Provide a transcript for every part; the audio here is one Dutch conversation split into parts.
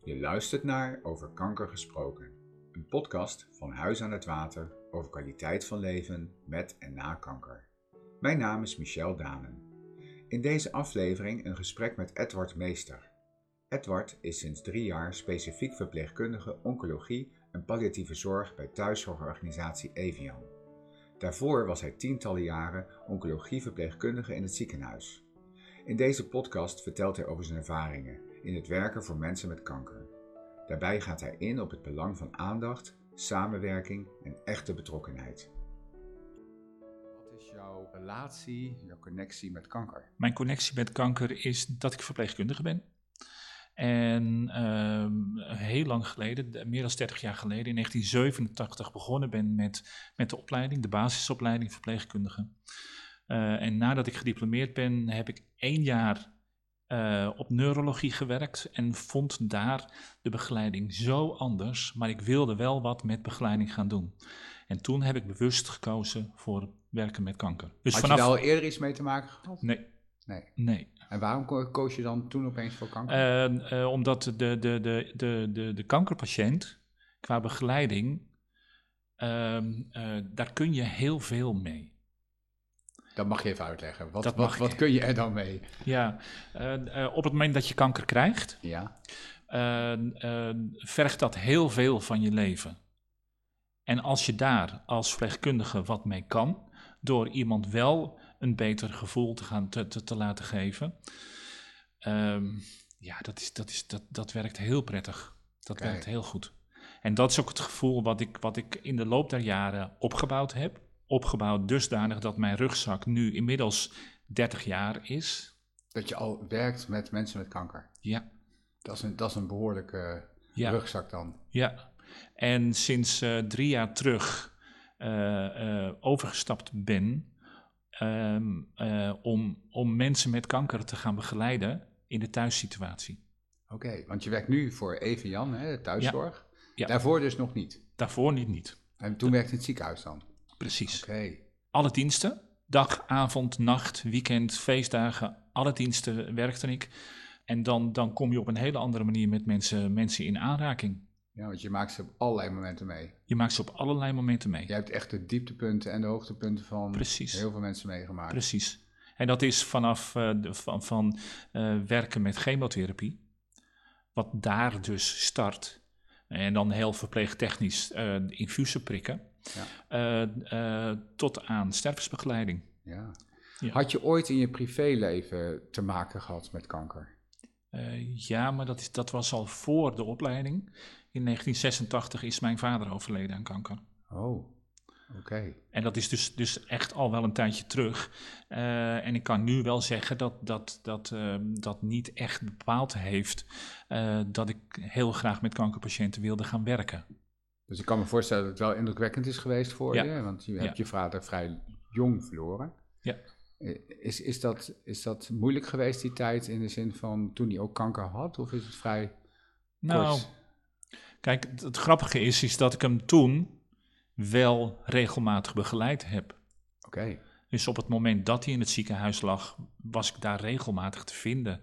Je luistert naar Over Kanker Gesproken, een podcast van Huis aan het Water over kwaliteit van leven met en na kanker. Mijn naam is Michel Danen. In deze aflevering een gesprek met Edward Meester. Edward is sinds 3 jaar specifiek verpleegkundige oncologie en palliatieve zorg bij thuiszorgorganisatie Evian. Daarvoor was hij tientallen jaren oncologieverpleegkundige in het ziekenhuis. In deze podcast vertelt hij over zijn ervaringen in het werken voor mensen met kanker. Daarbij gaat hij in op het belang van aandacht, samenwerking en echte betrokkenheid. Wat is jouw relatie, jouw connectie met kanker? Mijn connectie met kanker is dat ik verpleegkundige ben. En heel lang geleden, meer dan 30 jaar geleden, in 1987 begonnen ben met de opleiding, de basisopleiding verpleegkundige. En nadat ik gediplomeerd ben, heb ik 1 jaar op neurologie gewerkt en vond daar de begeleiding zo anders, maar ik wilde wel wat met begeleiding gaan doen. En toen heb ik bewust gekozen voor werken met kanker. Dus Had je daar al eerder iets mee te maken gehad? Nee. En waarom koos je dan toen opeens voor kanker? Omdat de kankerpatiënt qua begeleiding, daar kun je heel veel mee. Dat mag je even uitleggen. Wat kun je er dan mee? Ja, op het moment dat je kanker krijgt, vergt dat heel veel van je leven. En als je daar als verpleegkundige wat mee kan, door iemand wel een beter gevoel te laten geven, dat werkt heel prettig. Dat werkt heel goed. En dat is ook het gevoel wat ik in de loop der jaren opgebouwd heb. Opgebouwd dusdanig dat mijn rugzak nu inmiddels 30 jaar is. Dat je al werkt met mensen met kanker? Ja. Dat is een behoorlijke rugzak dan? Ja. En sinds 3 jaar terug overgestapt ben om mensen met kanker te gaan begeleiden in de thuissituatie. Oké, want je werkt nu voor Evian, de thuiszorg. Ja. Daarvoor dus nog niet? Daarvoor niet. En toen werkte je in het ziekenhuis dan? Precies. Oké. Alle diensten, dag, avond, nacht, weekend, feestdagen, alle diensten werkte ik. En dan kom je op een hele andere manier met mensen in aanraking. Ja, want je maakt ze op allerlei momenten mee. Je maakt ze op allerlei momenten mee. Je hebt echt de dieptepunten en de hoogtepunten van heel veel mensen meegemaakt. Precies. En dat is vanaf werken met chemotherapie, wat daar dus start. En dan heel verpleegtechnisch infusen prikken. Tot aan stervensbegeleiding. Ja. Had je ooit in je privéleven te maken gehad met kanker? Ja, maar dat was al voor de opleiding. In 1986 is mijn vader overleden aan kanker. Oh, oké. En dat is dus echt al wel een tijdje terug. En ik kan nu wel zeggen dat niet echt bepaald heeft dat ik heel graag met kankerpatiënten wilde gaan werken. Dus ik kan me voorstellen dat het wel indrukwekkend is geweest voor je, want je hebt je vader vrij jong verloren. Ja. Is dat moeilijk geweest die tijd in de zin van toen hij ook kanker had, of is het vrij kort? Kijk, het grappige is dat ik hem toen wel regelmatig begeleid heb. Oké. Dus op het moment dat hij in het ziekenhuis lag, was ik daar regelmatig te vinden.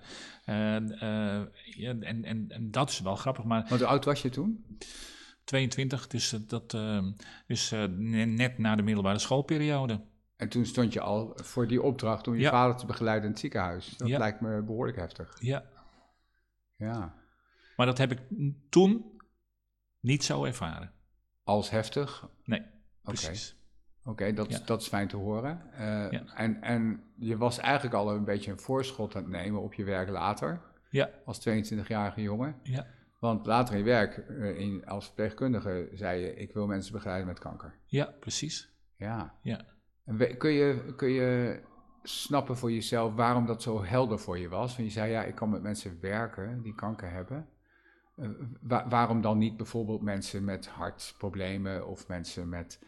En dat is wel grappig. Maar hoe oud was je toen? 22, dus net na de middelbare schoolperiode. En toen stond je al voor die opdracht om je vader te begeleiden in het ziekenhuis. Dat lijkt me behoorlijk heftig. Ja. Maar dat heb ik toen niet zo ervaren. Als heftig? Nee, precies. Oké, dat is fijn te horen. En je was eigenlijk al een beetje een voorschot aan het nemen op je werk later. Ja. Als 22-jarige jongen. Ja. Want later in je werk, als verpleegkundige, zei je, ik wil mensen begeleiden met kanker. Ja, precies. Ja. Ja. En kun je snappen voor jezelf waarom dat zo helder voor je was? Want je zei, ik kan met mensen werken die kanker hebben. Waarom dan niet bijvoorbeeld mensen met hartproblemen of mensen met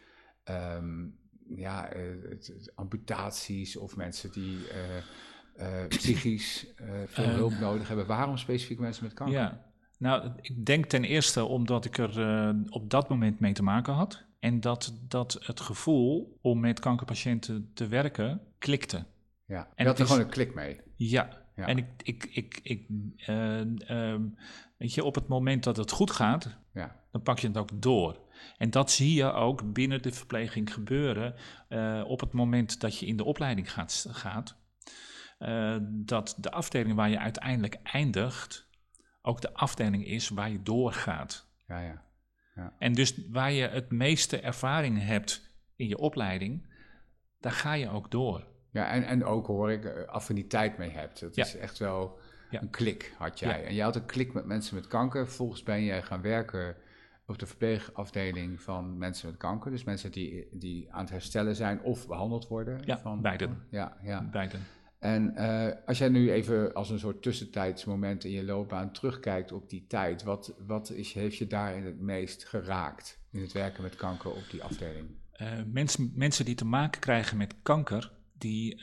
amputaties of mensen die psychisch veel hulp nodig hebben? Waarom specifiek mensen met kanker? Ja, nou, ik denk ten eerste omdat ik er op dat moment mee te maken had. En dat het gevoel om met kankerpatiënten te werken klikte. Ja, je had er gewoon een klik mee. Ja. Ja. En weet je, op het moment dat het goed gaat, dan pak je het ook door. En dat zie je ook binnen de verpleging gebeuren. Op het moment dat je in de opleiding gaat, dat de afdeling waar je uiteindelijk eindigt ook de afdeling is waar je doorgaat. Ja. En dus waar je het meeste ervaring hebt in je opleiding, daar ga je ook door. Ja, en ook hoor ik affiniteit mee hebt. Dat is echt wel een klik had jij. Ja. En je had een klik met mensen met kanker. Vervolgens ben jij gaan werken op de verpleegafdeling van mensen met kanker. Dus mensen die aan het herstellen zijn of behandeld worden. Ja, beiden. Ja. Beiden. En als jij nu even als een soort tussentijdsmoment in je loopbaan terugkijkt op die tijd, heeft je daarin het meest geraakt in het werken met kanker op die afdeling? Mensen die te maken krijgen met kanker, die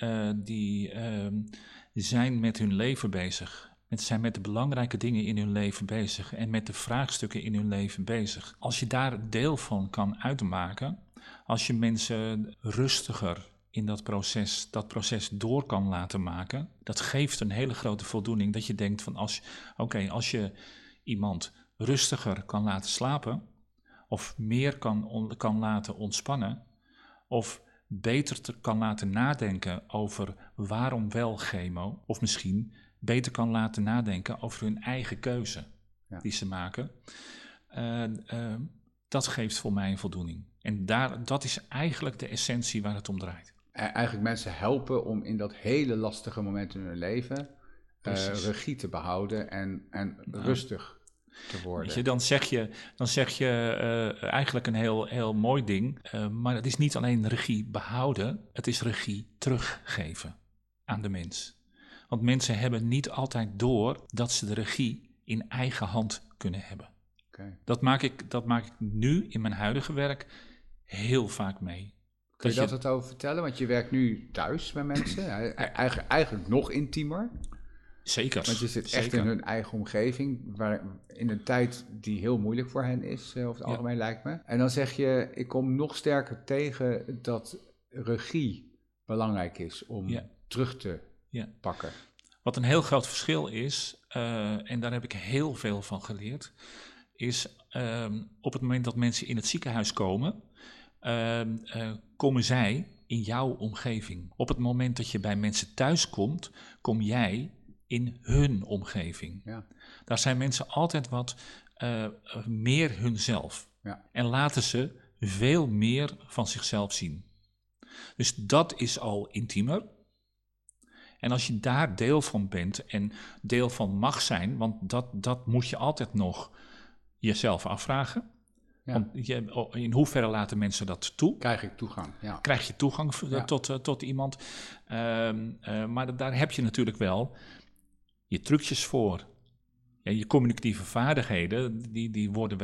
zijn met hun leven bezig. Mensen zijn met de belangrijke dingen in hun leven bezig en met de vraagstukken in hun leven bezig. Als je daar deel van kan uitmaken, als je mensen rustiger in dat proces door kan laten maken, dat geeft een hele grote voldoening. Dat je denkt van als je iemand rustiger kan laten slapen, of meer kan laten ontspannen, of beter kan laten nadenken over waarom wel chemo, of misschien beter kan laten nadenken over hun eigen keuze die ze maken, dat geeft voor mij een voldoening. En dat is eigenlijk de essentie waar het om draait. Eigenlijk mensen helpen om in dat hele lastige moment in hun leven regie te behouden en rustig te worden. Weet je, dan zeg je eigenlijk een heel mooi ding, maar het is niet alleen regie behouden, het is regie teruggeven aan de mens. Want mensen hebben niet altijd door dat ze de regie in eigen hand kunnen hebben. Okay. Dat maak ik nu in mijn huidige werk heel vaak mee. Kun je dat over vertellen? Want je werkt nu thuis bij mensen, eigenlijk nog intiemer. Zeker. Want je zit echt in hun eigen omgeving, in een tijd die heel moeilijk voor hen is, over het algemeen lijkt me. En dan zeg je, ik kom nog sterker tegen dat regie belangrijk is om terug te pakken. Wat een heel groot verschil is, en daar heb ik heel veel van geleerd, is op het moment dat mensen in het ziekenhuis komen, komen zij in jouw omgeving. Op het moment dat je bij mensen thuis komt, kom jij in hun omgeving. Ja. Daar zijn mensen altijd wat meer hunzelf. Ja. En laten ze veel meer van zichzelf zien. Dus dat is al intiemer. En als je daar deel van bent en deel van mag zijn, want dat moet je altijd nog jezelf afvragen. Ja. Want in hoeverre laten mensen dat toe? Krijg ik toegang? Ja. Krijg je toegang tot iemand? Maar daar heb je natuurlijk wel je trucjes voor. Ja, je communicatieve vaardigheden, die worden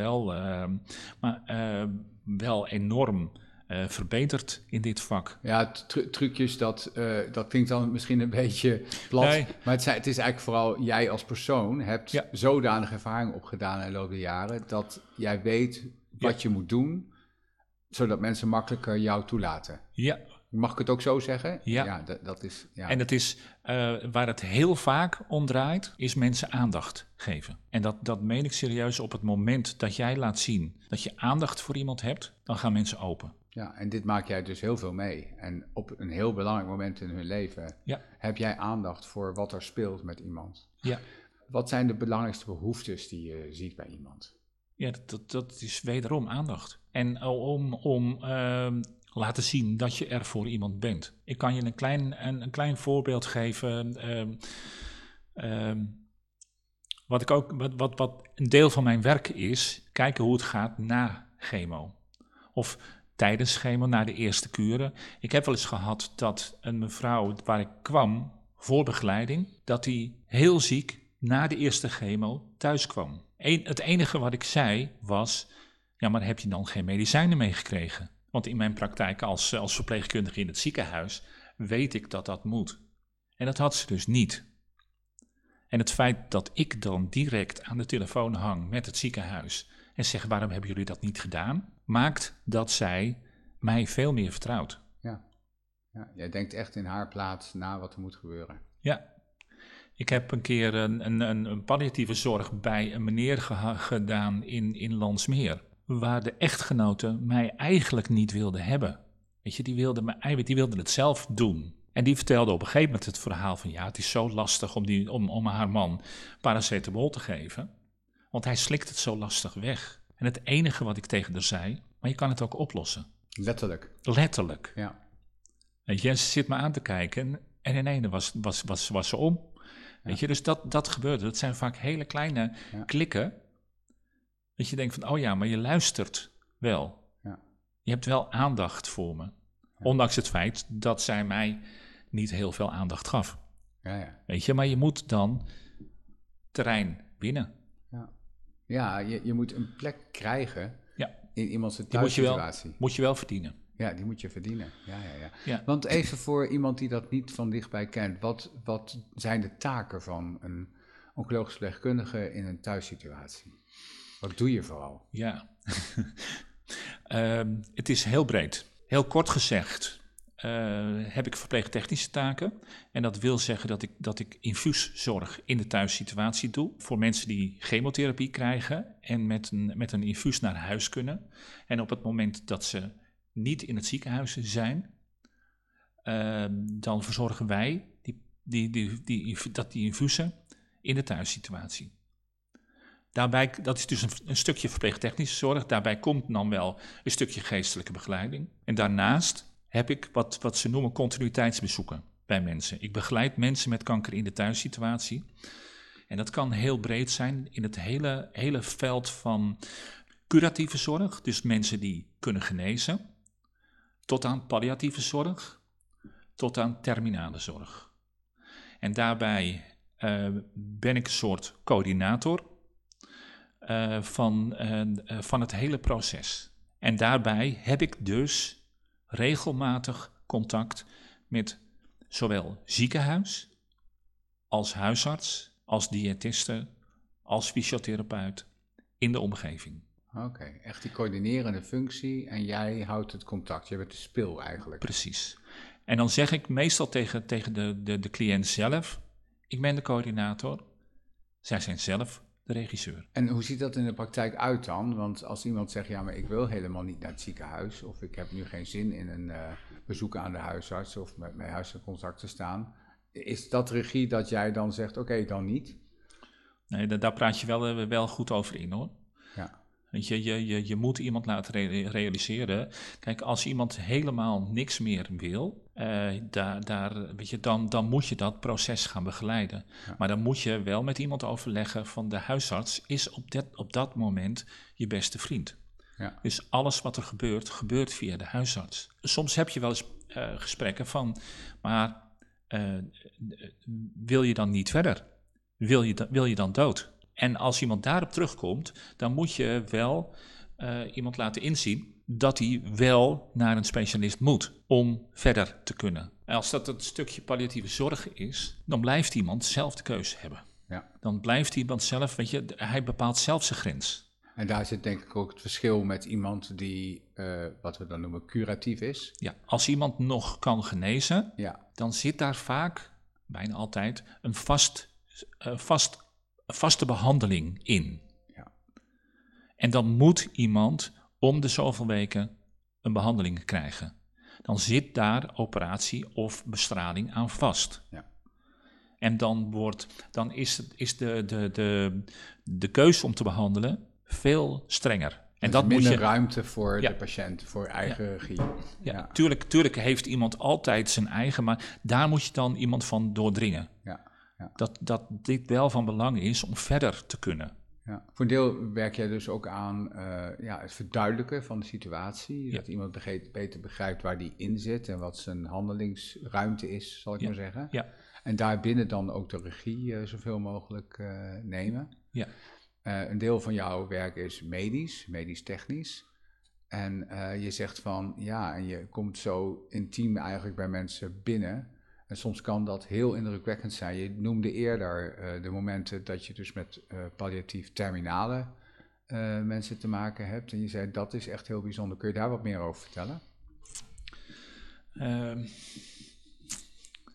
wel enorm verbeterd in dit vak. Ja, trucjes, dat klinkt dan misschien een beetje plat. Nee. Maar het is eigenlijk vooral jij als persoon hebt zodanig ervaring opgedaan in de loop der jaren dat jij weet wat je moet doen, zodat mensen makkelijker jou toelaten. Ja. Mag ik het ook zo zeggen? Ja. Dat is... Ja. En het is, waar het heel vaak om draait, is mensen aandacht geven. En dat meen ik serieus. Op het moment dat jij laat zien dat je aandacht voor iemand hebt, dan gaan mensen open. Ja, en dit maak jij dus heel veel mee. En op een heel belangrijk moment in hun leven heb jij aandacht voor wat er speelt met iemand. Ja. Wat zijn de belangrijkste behoeftes die je ziet bij iemand? Ja, dat is wederom aandacht. En om laten zien dat je er voor iemand bent. Ik kan je een klein voorbeeld geven. Wat een deel van mijn werk is, kijken hoe het gaat na chemo. Of tijdens chemo, na de eerste kuren. Ik heb wel eens gehad dat een mevrouw waar ik kwam voor begeleiding, dat die heel ziek na de eerste chemo thuis kwam. Het enige wat ik zei was, ja, maar heb je dan geen medicijnen meegekregen? Want in mijn praktijk als verpleegkundige in het ziekenhuis weet ik dat dat moet. En dat had ze dus niet. En het feit dat ik dan direct aan de telefoon hang met het ziekenhuis en zeg, waarom hebben jullie dat niet gedaan? Maakt dat zij mij veel meer vertrouwt. Ja, jij denkt echt in haar plaats na wat er moet gebeuren. Ja. Ik heb een keer een palliatieve zorg bij een meneer gedaan in Landsmeer, waar de echtgenote mij eigenlijk niet wilde hebben. Weet je, die wilde het zelf doen. En die vertelde op een gegeven moment het verhaal van, ja, het is zo lastig om haar man paracetamol te geven, want hij slikt het zo lastig weg. En het enige wat ik tegen haar zei, maar je kan het ook oplossen. Letterlijk. Letterlijk. Ja. Weet je, en ze zit me aan te kijken en in ene was ze om. Weet je, dus dat gebeurde. Dat zijn vaak hele kleine klikken. Dat je denkt van, oh ja, maar je luistert wel. Ja. Je hebt wel aandacht voor me. Ja. Ondanks het feit dat zij mij niet heel veel aandacht gaf. Ja. Weet je, maar je moet dan terrein winnen. Ja, je moet een plek krijgen in iemands thuissituatie. Moet je wel verdienen. Ja, die moet je verdienen. Ja. Want even voor iemand die dat niet van dichtbij kent, wat zijn de taken van een oncologisch verpleegkundige in een thuissituatie? Wat doe je vooral? Ja, het is heel breed. Heel kort gezegd heb ik verpleegtechnische taken. En dat wil zeggen dat ik infuuszorg in de thuissituatie doe. Voor mensen die chemotherapie krijgen en met een infuus naar huis kunnen. En op het moment dat ze niet in het ziekenhuis zijn, dan verzorgen wij die infuusen in de thuissituatie. Daarbij, dat is dus een stukje verpleegtechnische zorg. Daarbij komt dan wel een stukje geestelijke begeleiding. En daarnaast heb ik wat ze noemen continuïteitsbezoeken bij mensen. Ik begeleid mensen met kanker in de thuissituatie. En dat kan heel breed zijn in het hele veld van curatieve zorg. Dus mensen die kunnen genezen. Tot aan palliatieve zorg. Tot aan terminale zorg. En daarbij ben ik een soort coördinator van het hele proces. En daarbij heb ik dus regelmatig contact met zowel ziekenhuis, als huisarts, als diëtiste, als fysiotherapeut in de omgeving. Oké, echt die coördinerende functie en jij houdt het contact. Je bent de spil eigenlijk. Precies. En dan zeg ik meestal tegen de cliënt zelf, ik ben de coördinator, zij zijn zelf de regisseur. En hoe ziet dat in de praktijk uit dan? Want als iemand zegt, ja, maar ik wil helemaal niet naar het ziekenhuis, of ik heb nu geen zin in een bezoek aan de huisarts of met mijn huisarts in contact te staan, is dat regie dat jij dan zegt, oké, dan niet? Nee, daar praat je wel goed over in, hoor. Ja. Want je moet iemand laten realiseren. Kijk, als iemand helemaal niks meer wil, dan moet je dat proces gaan begeleiden. Ja. Maar dan moet je wel met iemand overleggen van de huisarts is op dat moment je beste vriend. Ja. Dus alles wat er gebeurt via de huisarts. Soms heb je wel eens gesprekken van, maar wil je dan niet verder? Wil je dan dood? En als iemand daarop terugkomt, dan moet je wel iemand laten inzien dat hij wel naar een specialist moet om verder te kunnen. En als dat het stukje palliatieve zorg is, dan blijft iemand zelf de keuze hebben. Ja. Dan blijft iemand zelf, hij bepaalt zelf zijn grens. En daar zit denk ik ook het verschil met iemand die, wat we dan noemen, curatief is. Ja, als iemand nog kan genezen, dan zit daar vaak, bijna altijd, een vaste behandeling in. Ja. En dan moet iemand om de zoveel weken een behandeling krijgen. Dan zit daar operatie of bestraling aan vast. Ja. En dan is de keuze om te behandelen veel strenger. En dat minder ruimte voor de patiënt, voor eigen regie. Ja. Tuurlijk heeft iemand altijd zijn eigen, maar daar moet je dan iemand van doordringen. Ja. Dat dit wel van belang is om verder te kunnen. Ja. Voor een deel werk jij dus ook aan het verduidelijken van de situatie. Ja. Dat iemand beter begrijpt waar die in zit en wat zijn handelingsruimte is, zal ik maar zeggen. Ja. En daarbinnen dan ook de regie zoveel mogelijk nemen. Ja. Een deel van jouw werk is medisch-technisch. En je zegt van, en je komt zo intiem eigenlijk bij mensen binnen. En soms kan dat heel indrukwekkend zijn. Je noemde eerder de momenten dat je dus met palliatief terminale mensen te maken hebt. En je zei, dat is echt heel bijzonder. Kun je daar wat meer over vertellen?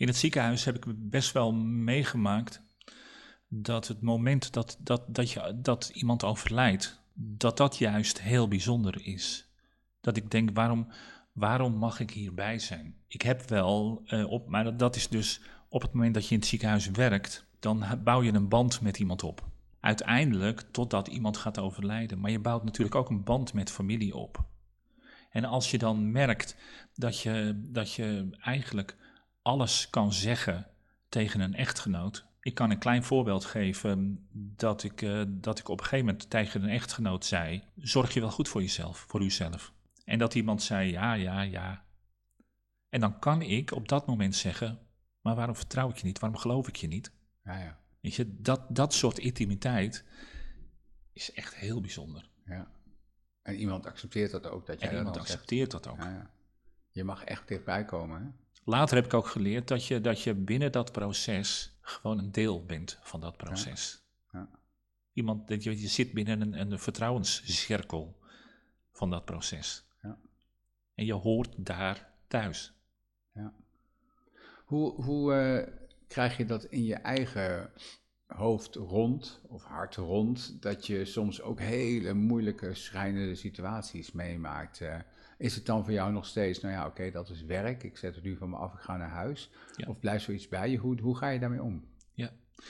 In het ziekenhuis heb ik best wel meegemaakt dat het moment dat iemand overlijdt, dat juist heel bijzonder is. Dat ik denk, waarom mag ik hierbij zijn? Ik heb wel, maar dat is dus op het moment dat je in het ziekenhuis werkt, dan bouw je een band met iemand op. Uiteindelijk totdat iemand gaat overlijden. Maar je bouwt natuurlijk ook een band met familie op. En als je dan merkt dat je eigenlijk alles kan zeggen tegen een echtgenoot. Ik kan een klein voorbeeld geven dat ik op een gegeven moment tegen een echtgenoot zei, zorg je wel goed voor uzelf. En dat iemand zei, ja. En dan kan ik op dat moment zeggen, maar waarom vertrouw ik je niet? Waarom geloof ik je niet? Ja. Weet je, dat soort intimiteit is echt heel bijzonder. Ja. En iemand accepteert dat ook, dat jij En iemand accepteert dat ook. Ja. Je mag echt dichtbij komen, hè? Later heb ik ook geleerd dat je binnen dat proces gewoon een deel bent van dat proces. Ja. Iemand, je zit binnen een vertrouwenscirkel van dat proces. Ja. En je hoort daar thuis. Ja. Hoe krijg je dat in je eigen hoofd rond, of hart rond, dat je soms ook hele moeilijke, schrijnende situaties meemaakt? Is het dan voor jou nog steeds, oké, dat is werk, ik zet het nu van me af, ik ga naar huis? Ja. Of blijft zoiets bij je? Hoe ga je daarmee om? Ja,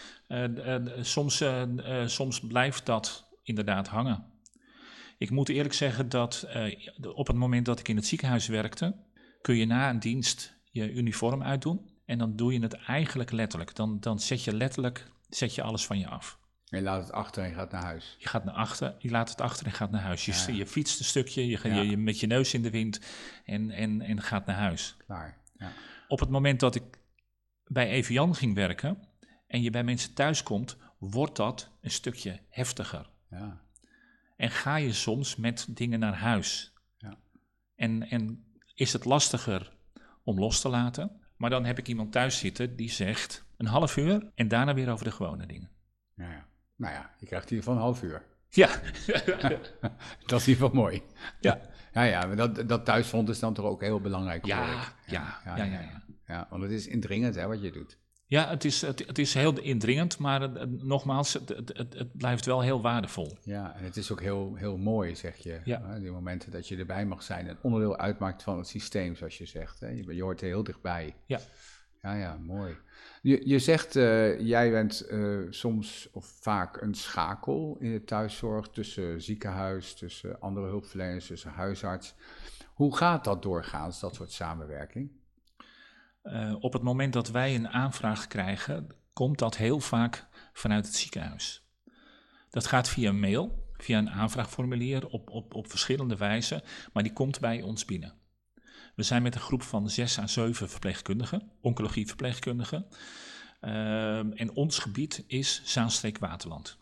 soms blijft dat inderdaad hangen. Ik moet eerlijk zeggen dat op het moment dat ik in het ziekenhuis werkte, kun je na een dienst je uniform uitdoen en dan doe je het eigenlijk letterlijk. Dan zet je alles van je af. En je laat het achter en je gaat naar huis. Je laat het achter en gaat naar huis. Je fietst een stukje, je met je neus in de wind en gaat naar huis. Klaar, ja. Op het moment dat ik bij Evian ging werken en je bij mensen thuis komt, wordt dat een stukje heftiger. Ja. En ga je soms met dingen naar huis. Ja. En is het lastiger om los te laten. Maar dan heb ik iemand thuis zitten die zegt een half uur en daarna weer over de gewone dingen. Ja. Nou ja, je krijgt hier van een half uur. Ja. Dat is in ieder geval mooi. Ja. Ja, maar dat thuisfront is dan toch ook heel belangrijk. Ja. Want het is indringend, hè, wat je doet. Ja, het is heel indringend, maar nogmaals, het blijft wel heel waardevol. Ja, en het is ook heel, heel mooi, zeg je. Ja. Die momenten dat je erbij mag zijn en onderdeel uitmaakt van het systeem, zoals je zegt. Hè. Je hoort er heel dichtbij. Ja. Ja, mooi. Je zegt, jij bent soms of vaak een schakel in de thuiszorg tussen ziekenhuis, tussen andere hulpverleners, tussen huisarts. Hoe gaat dat doorgaans, dat soort samenwerking? Op het moment dat wij een aanvraag krijgen, komt dat heel vaak vanuit het ziekenhuis. Dat gaat via mail, via een aanvraagformulier op verschillende wijzen, maar die komt bij ons binnen. We zijn met een groep van 6 à 7 verpleegkundigen, oncologieverpleegkundigen. En ons gebied is Zaanstreek-Waterland.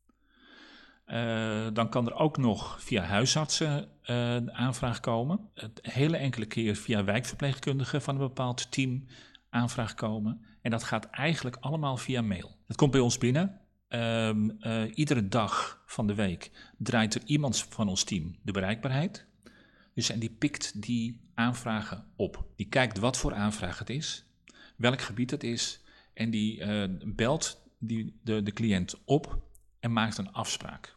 Dan kan er ook nog via huisartsen aanvraag komen. Het hele enkele keer via wijkverpleegkundigen van een bepaald team aanvraag komen. En dat gaat eigenlijk allemaal via mail. Het komt bij ons binnen. Iedere dag van de week draait er iemand van ons team de bereikbaarheid. Dus en die pikt die aanvragen op. Die kijkt wat voor aanvraag het is, welk gebied het is. En die belt de cliënt op en maakt een afspraak.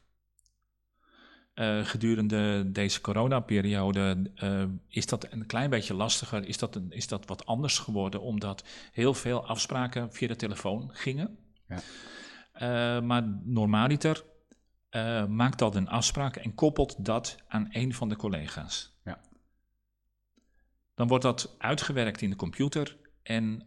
Gedurende deze coronaperiode is dat een klein beetje lastiger, is dat wat anders geworden, omdat heel veel afspraken via de telefoon gingen. Ja. Maar normaliter maakt dat een afspraak en koppelt dat aan een van de collega's. Ja. Dan wordt dat uitgewerkt in de computer en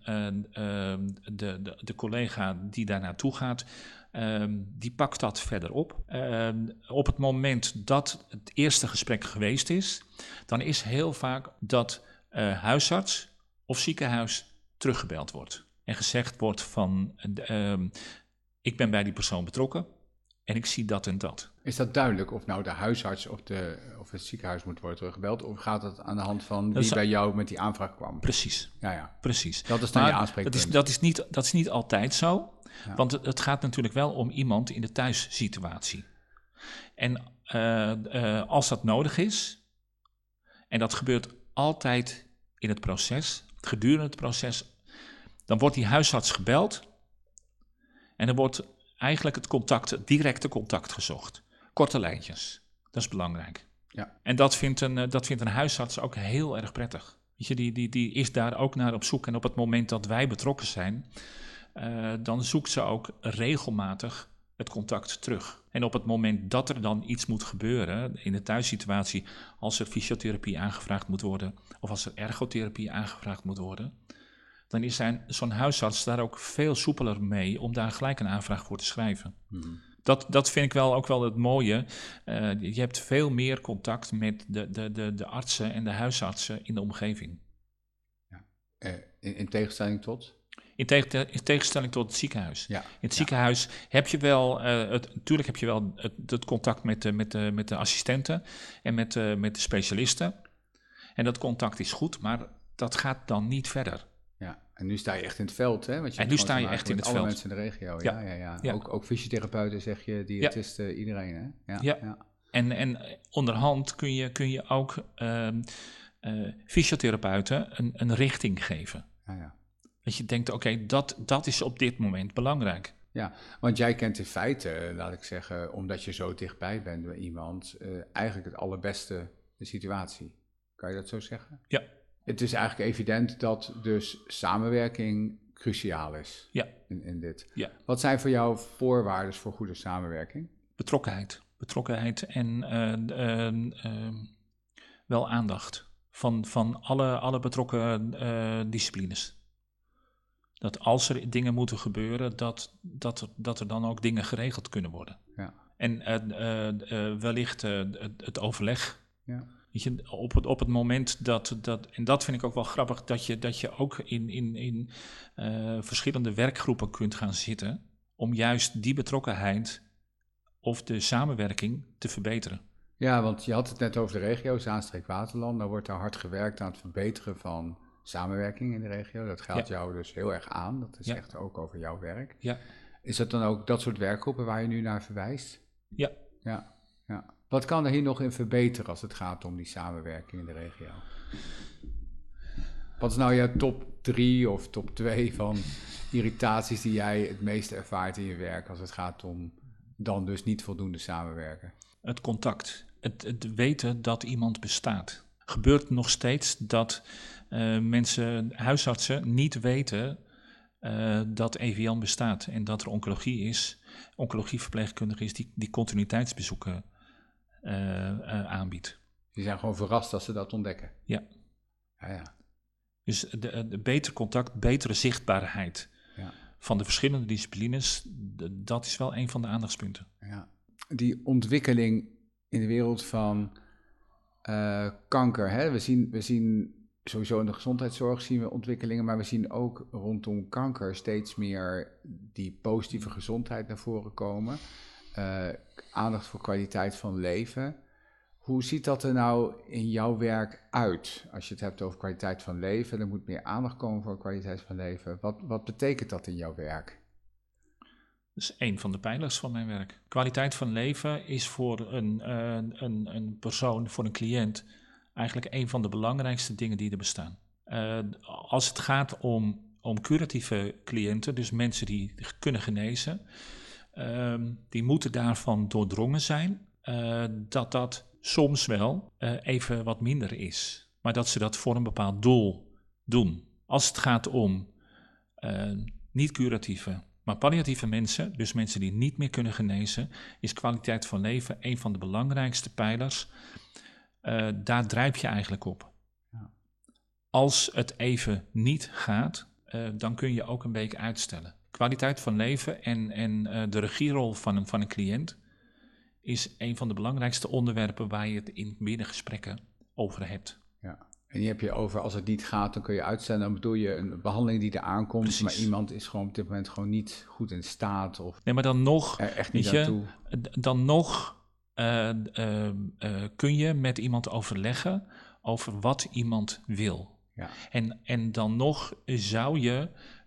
de collega die daar naartoe gaat, die pakt dat verder op. Op het moment dat het eerste gesprek geweest is, dan is heel vaak dat huisarts of ziekenhuis teruggebeld wordt. En gezegd wordt van, ik ben bij die persoon betrokken en ik zie dat en dat. Is dat duidelijk of nou de huisarts of het ziekenhuis moet worden teruggebeld? Of gaat het aan de hand van wie bij jou met die aanvraag kwam? Precies. Ja. Precies. Dat is dan je aanspreekpunt. Dat is niet altijd zo. Ja. Want het gaat natuurlijk wel om iemand in de thuissituatie. En als dat nodig is, en dat gebeurt altijd in het proces, gedurende het proces, Dan wordt die huisarts gebeld en er wordt eigenlijk het directe contact gezocht. Korte lijntjes, dat is belangrijk. Ja. En dat vindt een huisarts ook heel erg prettig. Weet je, die is daar ook naar op zoek. En op het moment dat wij betrokken zijn, dan zoekt ze ook regelmatig het contact terug. En op het moment dat er dan iets moet gebeuren in de thuissituatie, als er fysiotherapie aangevraagd moet worden of als er ergotherapie aangevraagd moet worden, dan is zo'n huisarts daar ook veel soepeler mee om daar gelijk een aanvraag voor te schrijven. Mm-hmm. Dat vind ik ook wel het mooie. Je hebt veel meer contact met de artsen en de huisartsen in de omgeving. Ja. In tegenstelling tot? In tegenstelling tot het ziekenhuis. Ja. In het ziekenhuis heb je wel, natuurlijk heb je wel het contact met de assistenten en met de specialisten. En dat contact is goed, maar dat gaat dan niet verder. Ja, en nu sta je echt in het veld, hè? Want en nu sta je echt in het veld. Alle mensen in de regio, ja. Ook fysiotherapeuten, zeg je, diëtisten, iedereen, hè? Ja. En onderhand kun je ook fysiotherapeuten een richting geven. Ja. Dat je denkt, oké, dat is op dit moment belangrijk. Ja, want jij kent in feite, laat ik zeggen, omdat je zo dichtbij bent bij iemand, eigenlijk het allerbeste de situatie. Kan je dat zo zeggen? Ja. Het is eigenlijk evident dat dus samenwerking cruciaal is in dit. Ja. Wat zijn voor jou voorwaarden voor goede samenwerking? Betrokkenheid en wel aandacht van alle betrokken disciplines. Dat als er dingen moeten gebeuren, dat er dan ook dingen geregeld kunnen worden. Ja. En wellicht het overleg. Ja. Weet je, op het moment en dat vind ik ook wel grappig, dat je ook in verschillende werkgroepen kunt gaan zitten om juist die betrokkenheid of de samenwerking te verbeteren. Ja, want je had het net over de regio, Zaanstreek-Waterland. Daar wordt hard gewerkt aan het verbeteren van samenwerking in de regio. Dat gaat jou dus heel erg aan. Dat is echt ook over jouw werk. Ja. Is dat dan ook dat soort werkgroepen waar je nu naar verwijst? Ja. Wat kan er hier nog in verbeteren als het gaat om die samenwerking in de regio? Wat is nou jouw top 3 of top 2 van irritaties die jij het meeste ervaart in je werk als het gaat om dan dus niet voldoende samenwerken? Het contact, het weten dat iemand bestaat. Gebeurt nog steeds dat huisartsen niet weten dat EVN bestaat en dat er oncologieverpleegkundige is die continuïteitsbezoeken aanbiedt. Die zijn gewoon verrast als ze dat ontdekken? Ja. Dus de beter contact, betere zichtbaarheid van de verschillende disciplines, dat is wel een van de aandachtspunten. Ja. Die ontwikkeling in de wereld van kanker, hè? We zien sowieso in de gezondheidszorg zien we ontwikkelingen, maar we zien ook rondom kanker steeds meer die positieve gezondheid naar voren komen. Aandacht voor kwaliteit van leven. Hoe ziet dat er nou in jouw werk uit? Als je het hebt over kwaliteit van leven, er moet meer aandacht komen voor kwaliteit van leven. Wat betekent dat in jouw werk? Dat is één van de pijlers van mijn werk. Kwaliteit van leven is voor een persoon, voor een cliënt, eigenlijk een van de belangrijkste dingen die er bestaan. Als het gaat om curatieve cliënten, dus mensen die kunnen genezen, die moeten daarvan doordrongen zijn dat soms wel even wat minder is. Maar dat ze dat voor een bepaald doel doen. Als het gaat om niet curatieve, maar palliatieve mensen, dus mensen die niet meer kunnen genezen, is kwaliteit van leven een van de belangrijkste pijlers. Daar drijf je eigenlijk op. Ja. Als het even niet gaat, dan kun je ook een week uitstellen. Kwaliteit van leven en de regierol van een cliënt is een van de belangrijkste onderwerpen waar je het in binnengesprekken over hebt. Ja. En die heb je over, als het niet gaat, dan kun je uitstellen. Dan bedoel je een behandeling die er aankomt, precies. Maar iemand is gewoon op dit moment gewoon niet goed in staat. Of nee, maar dan nog, er echt niet naartoe. Dan nog kun je met iemand overleggen over wat iemand wil. Ja. En dan nog zou je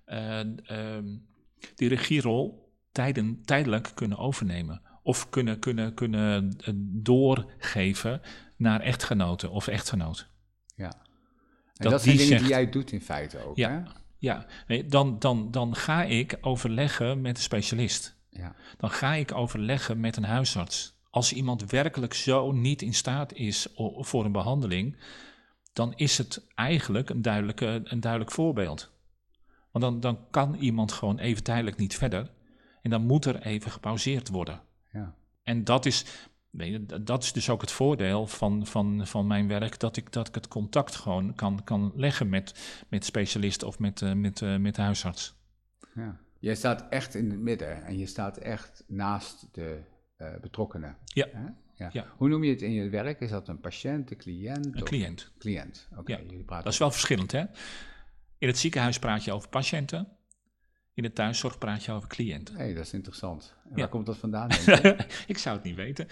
die regierol tijdelijk kunnen overnemen. Of kunnen doorgeven naar echtgenoten of echtgenoot. Ja. En dat zijn dingen die jij doet in feite ook, hè? Ja, nee, dan ga ik overleggen met een specialist. Ja. Dan ga ik overleggen met een huisarts. Als iemand werkelijk zo niet in staat is voor een behandeling, dan is het eigenlijk een duidelijk voorbeeld. Want dan kan iemand gewoon even tijdelijk niet verder. En dan moet er even gepauzeerd worden. Ja. En dat is dus ook het voordeel van mijn werk, dat ik het contact gewoon kan leggen met specialist of met de huisarts. Ja. Jij staat echt in het midden en je staat echt naast de betrokkenen. Ja. Hè? Ja. Ja. Hoe noem je het in je werk? Is dat een patiënt, een cliënt? Een cliënt. Cliënt, oké. Ja. Jullie praten Dat is wel verschillend, hè? In het ziekenhuis praat je over patiënten. In de thuiszorg praat je over cliënten. Hey, dat is interessant. En Ja. waar komt dat vandaan, denk je? Ik zou het niet weten.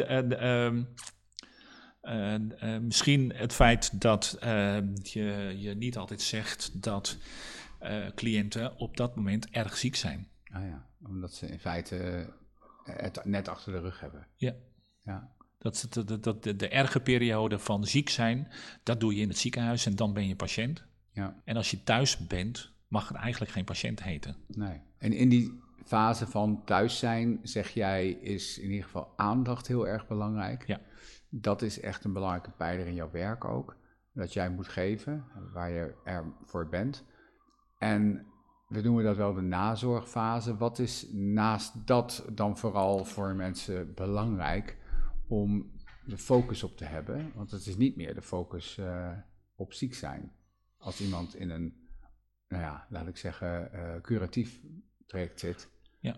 Misschien het feit dat je niet altijd zegt dat cliënten op dat moment erg ziek zijn. Ah ja, omdat ze in feite het net achter de rug hebben. Ja. Ja. Dat de erge periode van ziek zijn, dat doe je in het ziekenhuis en dan ben je patiënt. Ja. En als je thuis bent, mag het eigenlijk geen patiënt heten. Nee. En in die fase van thuis zijn, zeg jij, is in ieder geval aandacht heel erg belangrijk. Ja. Dat is echt een belangrijke pijler in jouw werk ook. Dat jij moet geven, waar je er voor bent. En we noemen dat wel de nazorgfase. Wat is naast dat dan vooral voor mensen belangrijk om de focus op te hebben? Want het is niet meer de focus op ziek zijn. Als iemand in een, nou ja, laat ik zeggen, curatief traject zit. Ja.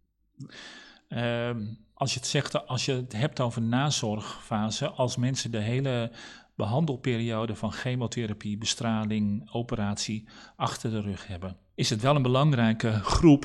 Als je het hebt over nazorgfase, als mensen de hele behandelperiode van chemotherapie, bestraling, operatie achter de rug hebben, is het wel een belangrijke groep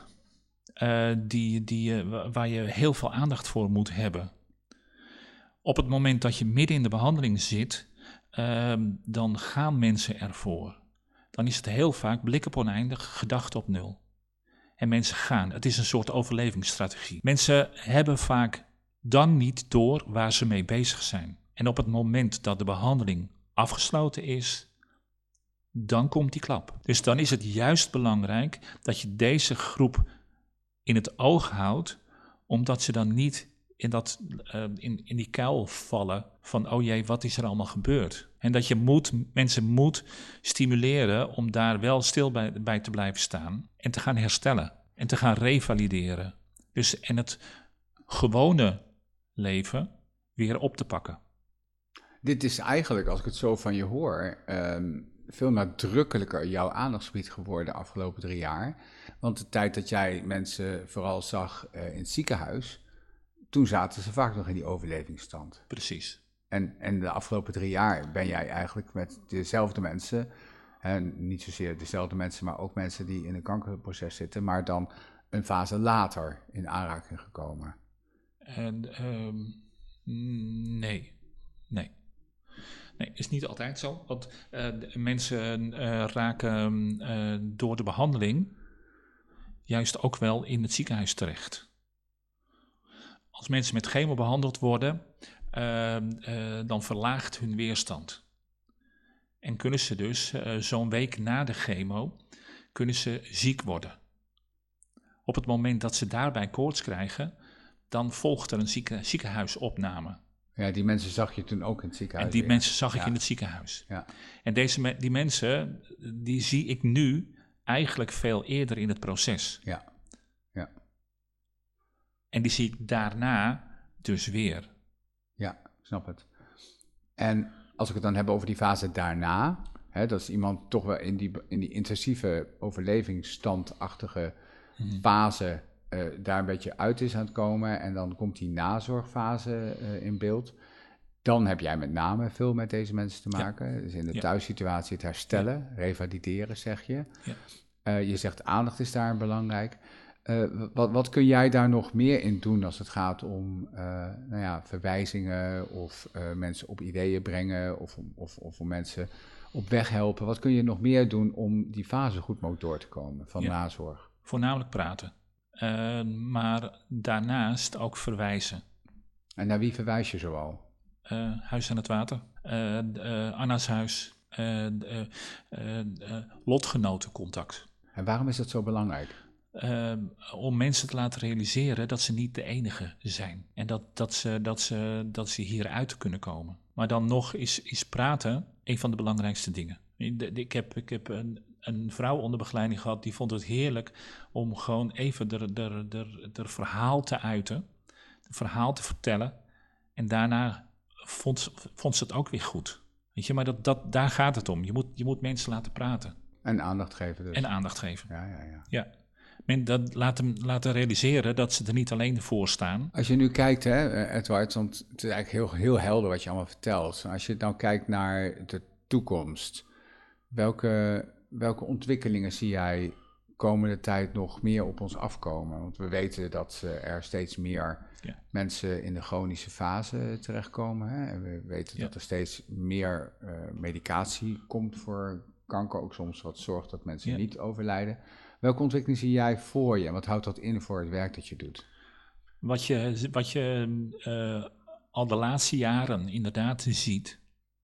waar je heel veel aandacht voor moet hebben. Op het moment dat je midden in de behandeling zit, dan gaan mensen ervoor. Dan is het heel vaak blik op oneindig, gedachte op nul. En mensen gaan. Het is een soort overlevingsstrategie. Mensen hebben vaak dan niet door waar ze mee bezig zijn. En op het moment dat de behandeling afgesloten is, dan komt die klap. Dus dan is het juist belangrijk dat je deze groep in het oog houdt, omdat ze dan niet in die kuil vallen van, oh jee, wat is er allemaal gebeurd? En dat je mensen moet stimuleren om daar wel stil bij te blijven staan en te gaan herstellen en te gaan revalideren. Dus en het gewone leven weer op te pakken. Dit is eigenlijk, als ik het zo van je hoor, veel nadrukkelijker jouw aandachtsgebied geworden de afgelopen 3 jaar. Want de tijd dat jij mensen vooral zag in het ziekenhuis, toen zaten ze vaak nog in die overlevingsstand. Precies. En de afgelopen 3 jaar ben jij eigenlijk met dezelfde mensen, niet zozeer dezelfde mensen, maar ook mensen die in een kankerproces zitten, maar dan een fase later in aanraking gekomen. Nee, is niet altijd zo. Want mensen raken door de behandeling juist ook wel in het ziekenhuis terecht. Als mensen met chemo behandeld worden, dan verlaagt hun weerstand. En kunnen ze dus zo'n week na de chemo, kunnen ze ziek worden. Op het moment dat ze daarbij koorts krijgen, dan volgt er een ziekenhuisopname. Ja, die mensen zag je toen ook in het ziekenhuis. En die mensen zag ik in het ziekenhuis. Ja. En die mensen, die zie ik nu eigenlijk veel eerder in het proces. Ja. En die zie ik daarna dus weer. Ja, snap het. En als ik het dan heb over die fase daarna, dat is iemand toch wel in die intensieve overlevingsstandachtige fase daar een beetje uit is aan het komen en dan komt die nazorgfase in beeld. Dan heb jij met name veel met deze mensen te maken. Ja. Dus in de thuissituatie het herstellen, revalideren zeg je. Ja. Je zegt aandacht is daar belangrijk. Wat kun jij daar nog meer in doen als het gaat om verwijzingen of mensen op ideeën brengen of om mensen op weg helpen? Wat kun je nog meer doen om die fase goed mogelijk door te komen van nazorg? Voornamelijk praten, maar daarnaast ook verwijzen. En naar wie verwijs je zoal? Huis aan het Water, Anna's Huis, lotgenotencontact. En waarom is dat zo belangrijk? Om mensen te laten realiseren dat ze niet de enige zijn. En dat ze hieruit kunnen komen. Maar dan nog is praten een van de belangrijkste dingen. Ik heb een vrouw onder begeleiding gehad, die vond het heerlijk om gewoon even de verhaal te uiten. Het verhaal te vertellen. En daarna vond ze het ook weer goed. Weet je, maar daar gaat het om. Je moet mensen laten praten. En aandacht geven dus. En aandacht geven. Ja. Men laten realiseren dat ze er niet alleen voor staan. Als je nu kijkt, hè, Edward, want het is eigenlijk heel helder wat je allemaal vertelt. Als je dan kijkt naar de toekomst, welke ontwikkelingen zie jij komende tijd nog meer op ons afkomen? Want we weten dat er steeds meer mensen in de chronische fase terechtkomen. Hè? En we weten dat er steeds meer medicatie komt voor kanker, ook soms wat zorgt dat mensen niet overlijden. Welke ontwikkeling zie jij voor je en wat houdt dat in voor het werk dat je doet? Wat je al de laatste jaren inderdaad ziet,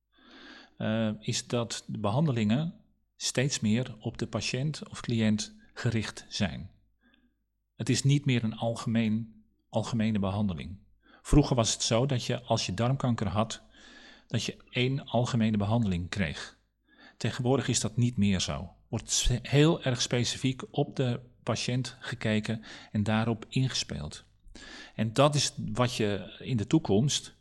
is dat de behandelingen steeds meer op de patiënt of cliënt gericht zijn. Het is niet meer een algemene behandeling. Vroeger was het zo dat je, als je darmkanker had, dat je 1 algemene behandeling kreeg. Tegenwoordig is dat niet meer zo. Wordt heel erg specifiek op de patiënt gekeken en daarop ingespeeld. En dat is wat je in de toekomst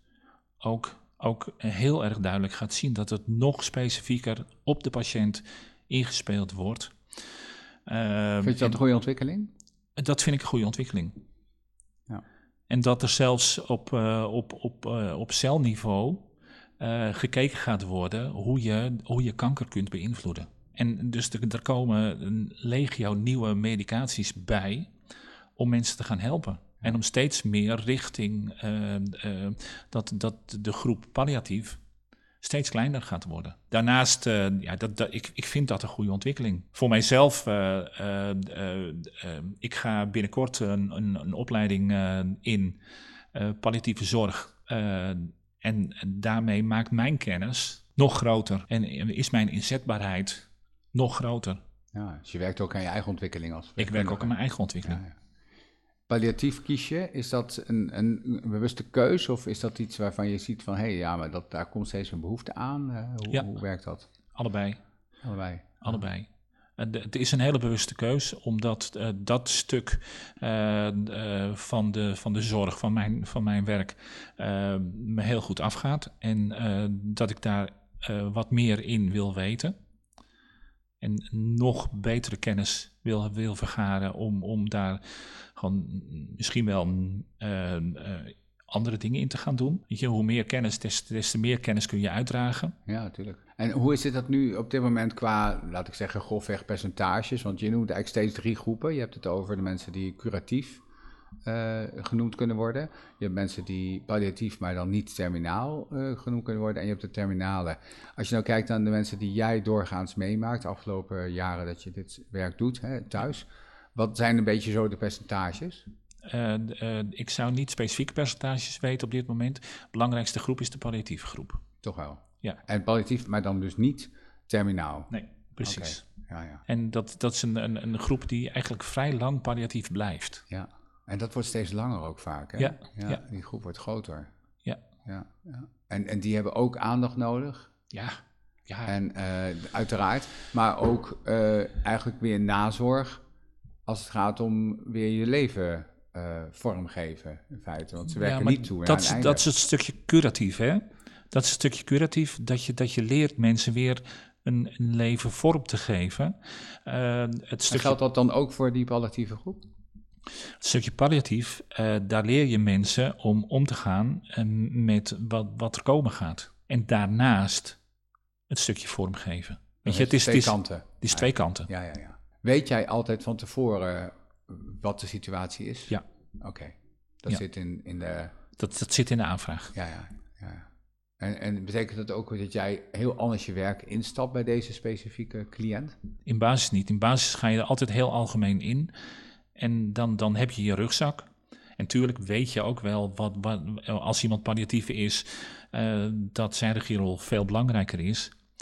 ook heel erg duidelijk gaat zien, dat het nog specifieker op de patiënt ingespeeld wordt. Vind je dat een goede ontwikkeling? Dat vind ik een goede ontwikkeling. Ja. En dat er zelfs op celniveau gekeken gaat worden hoe je kanker kunt beïnvloeden. En dus er komen een legio nieuwe medicaties bij om mensen te gaan helpen. En om steeds meer richting dat de groep palliatief steeds kleiner gaat worden. Daarnaast, ik vind dat een goede ontwikkeling. Voor mijzelf, ik ga binnenkort een opleiding in palliatieve zorg. En daarmee maakt mijn kennis nog groter. En is mijn inzetbaarheid nog groter. Ja, dus je werkt ook aan je eigen ontwikkeling als Ik werk ook aan mijn eigen ontwikkeling. Ja. Palliatief kies je, is dat een bewuste keuze of is dat iets waarvan je ziet van maar daar komt steeds een behoefte aan? Hoe werkt dat? Allebei. Allebei. Het is een hele bewuste keus, omdat dat stuk van de zorg, van mijn werk, me heel goed afgaat. En dat ik daar wat meer in wil weten. En nog betere kennis wil vergaren om daar gewoon misschien wel andere dingen in te gaan doen. Weet je, hoe meer kennis, des te meer kennis kun je uitdragen. Ja, natuurlijk. En hoe is dat nu op dit moment qua, laat ik zeggen, grofweg percentages? Want je noemt eigenlijk steeds 3 groepen. Je hebt het over de mensen die curatief genoemd kunnen worden. Je hebt mensen die palliatief, maar dan niet terminaal genoemd kunnen worden. En je hebt de terminale. Als je nou kijkt naar de mensen die jij doorgaans meemaakt, de afgelopen jaren dat je dit werk doet, thuis. Wat zijn een beetje zo de percentages? Ik zou niet specifieke percentages weten op dit moment. De belangrijkste groep is de palliatieve groep. Toch wel? Ja. En palliatief, maar dan dus niet terminaal? Nee, precies. Okay. Ja. En dat is een groep die eigenlijk vrij lang palliatief blijft. Ja, en dat wordt steeds langer ook vaak, hè? Ja. Die groep wordt groter. Ja. En die hebben ook aandacht nodig? Ja. En uiteraard, maar ook eigenlijk weer nazorg als het gaat om weer je leven vormgeven, in feite. Want ze werken niet toe aan het einde. Dat is het stukje curatief, hè? Dat is het stukje curatief, dat je leert mensen weer een leven vorm te geven. Geldt dat dan ook voor die palliatieve groep? Het stukje palliatief, daar leer je mensen om te gaan met wat er komen gaat. En daarnaast het stukje vormgeven. Weet je, het is twee kanten. Het is 2 kanten. Ja. Weet jij altijd van tevoren wat de situatie is? Ja. Oké. Dat zit in de... Dat zit in de aanvraag. Ja. En betekent dat ook dat jij heel anders je werk instapt bij deze specifieke cliënt? In basis niet. In basis ga je er altijd heel algemeen in. En dan heb je je rugzak. En natuurlijk weet je ook wel, als iemand palliatief is, dat zijn regierol veel belangrijker is. Ja.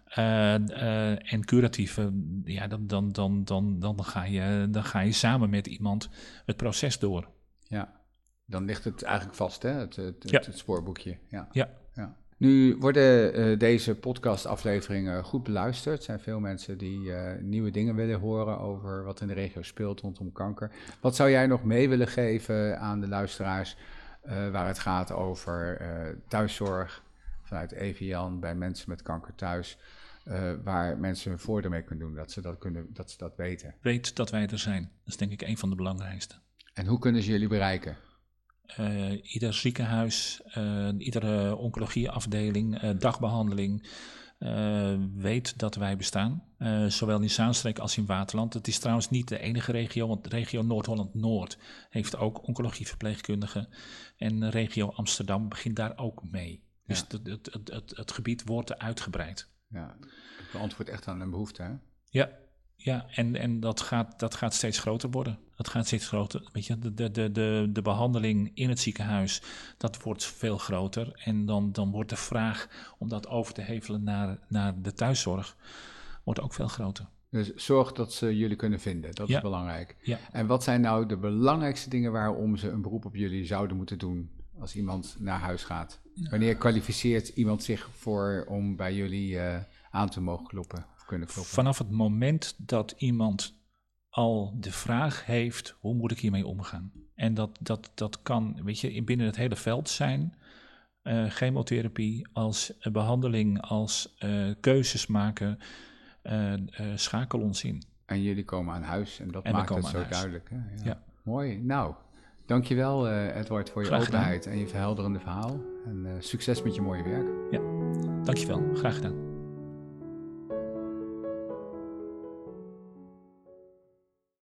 En curatief, dan ga je samen met iemand het proces door. Ja, dan ligt het eigenlijk vast, hè? Het spoorboekje. Ja. Ja. Nu worden deze podcastafleveringen goed beluisterd. Er zijn veel mensen die nieuwe dingen willen horen over wat in de regio speelt rondom kanker. Wat zou jij nog mee willen geven aan de luisteraars waar het gaat over thuiszorg vanuit EVIAN bij mensen met kanker thuis, waar mensen hun voordeel mee kunnen doen, dat ze dat weten? Weet dat wij er zijn. Dat is denk ik een van de belangrijkste. En hoe kunnen ze jullie bereiken? Ieder ziekenhuis, iedere oncologieafdeling, dagbehandeling weet dat wij bestaan. Zowel in Zaanstreek als in Waterland. Het is trouwens niet de enige regio, want de regio Noord-Holland-Noord heeft ook oncologieverpleegkundigen. En regio Amsterdam begint daar ook mee. Ja. Dus het gebied wordt uitgebreid. Ja, het beantwoordt echt aan een behoefte, hè? Ja, en dat gaat steeds groter worden. Dat gaat steeds groter. Weet je, de behandeling in het ziekenhuis, dat wordt veel groter. En dan wordt de vraag om dat over te hevelen naar de thuiszorg, wordt ook veel groter. Dus zorg dat ze jullie kunnen vinden, dat is belangrijk. Ja. En wat zijn nou de belangrijkste dingen waarom ze een beroep op jullie zouden moeten doen als iemand naar huis gaat? Wanneer kwalificeert iemand zich voor om bij jullie aan te mogen kloppen? Kunnen kloppen? Vanaf het moment dat iemand al de vraag heeft, hoe moet ik hiermee omgaan? En dat kan, weet je, binnen het hele veld zijn. Chemotherapie als behandeling, als keuzes maken, schakel ons in. En jullie komen aan huis en dat maakt het zo duidelijk. Hè? Ja. Mooi. Nou, dankjewel Edward voor je Graag openheid gedaan. en je verhelderende verhaal. En succes met je mooie werk. Ja, dankjewel. Graag gedaan.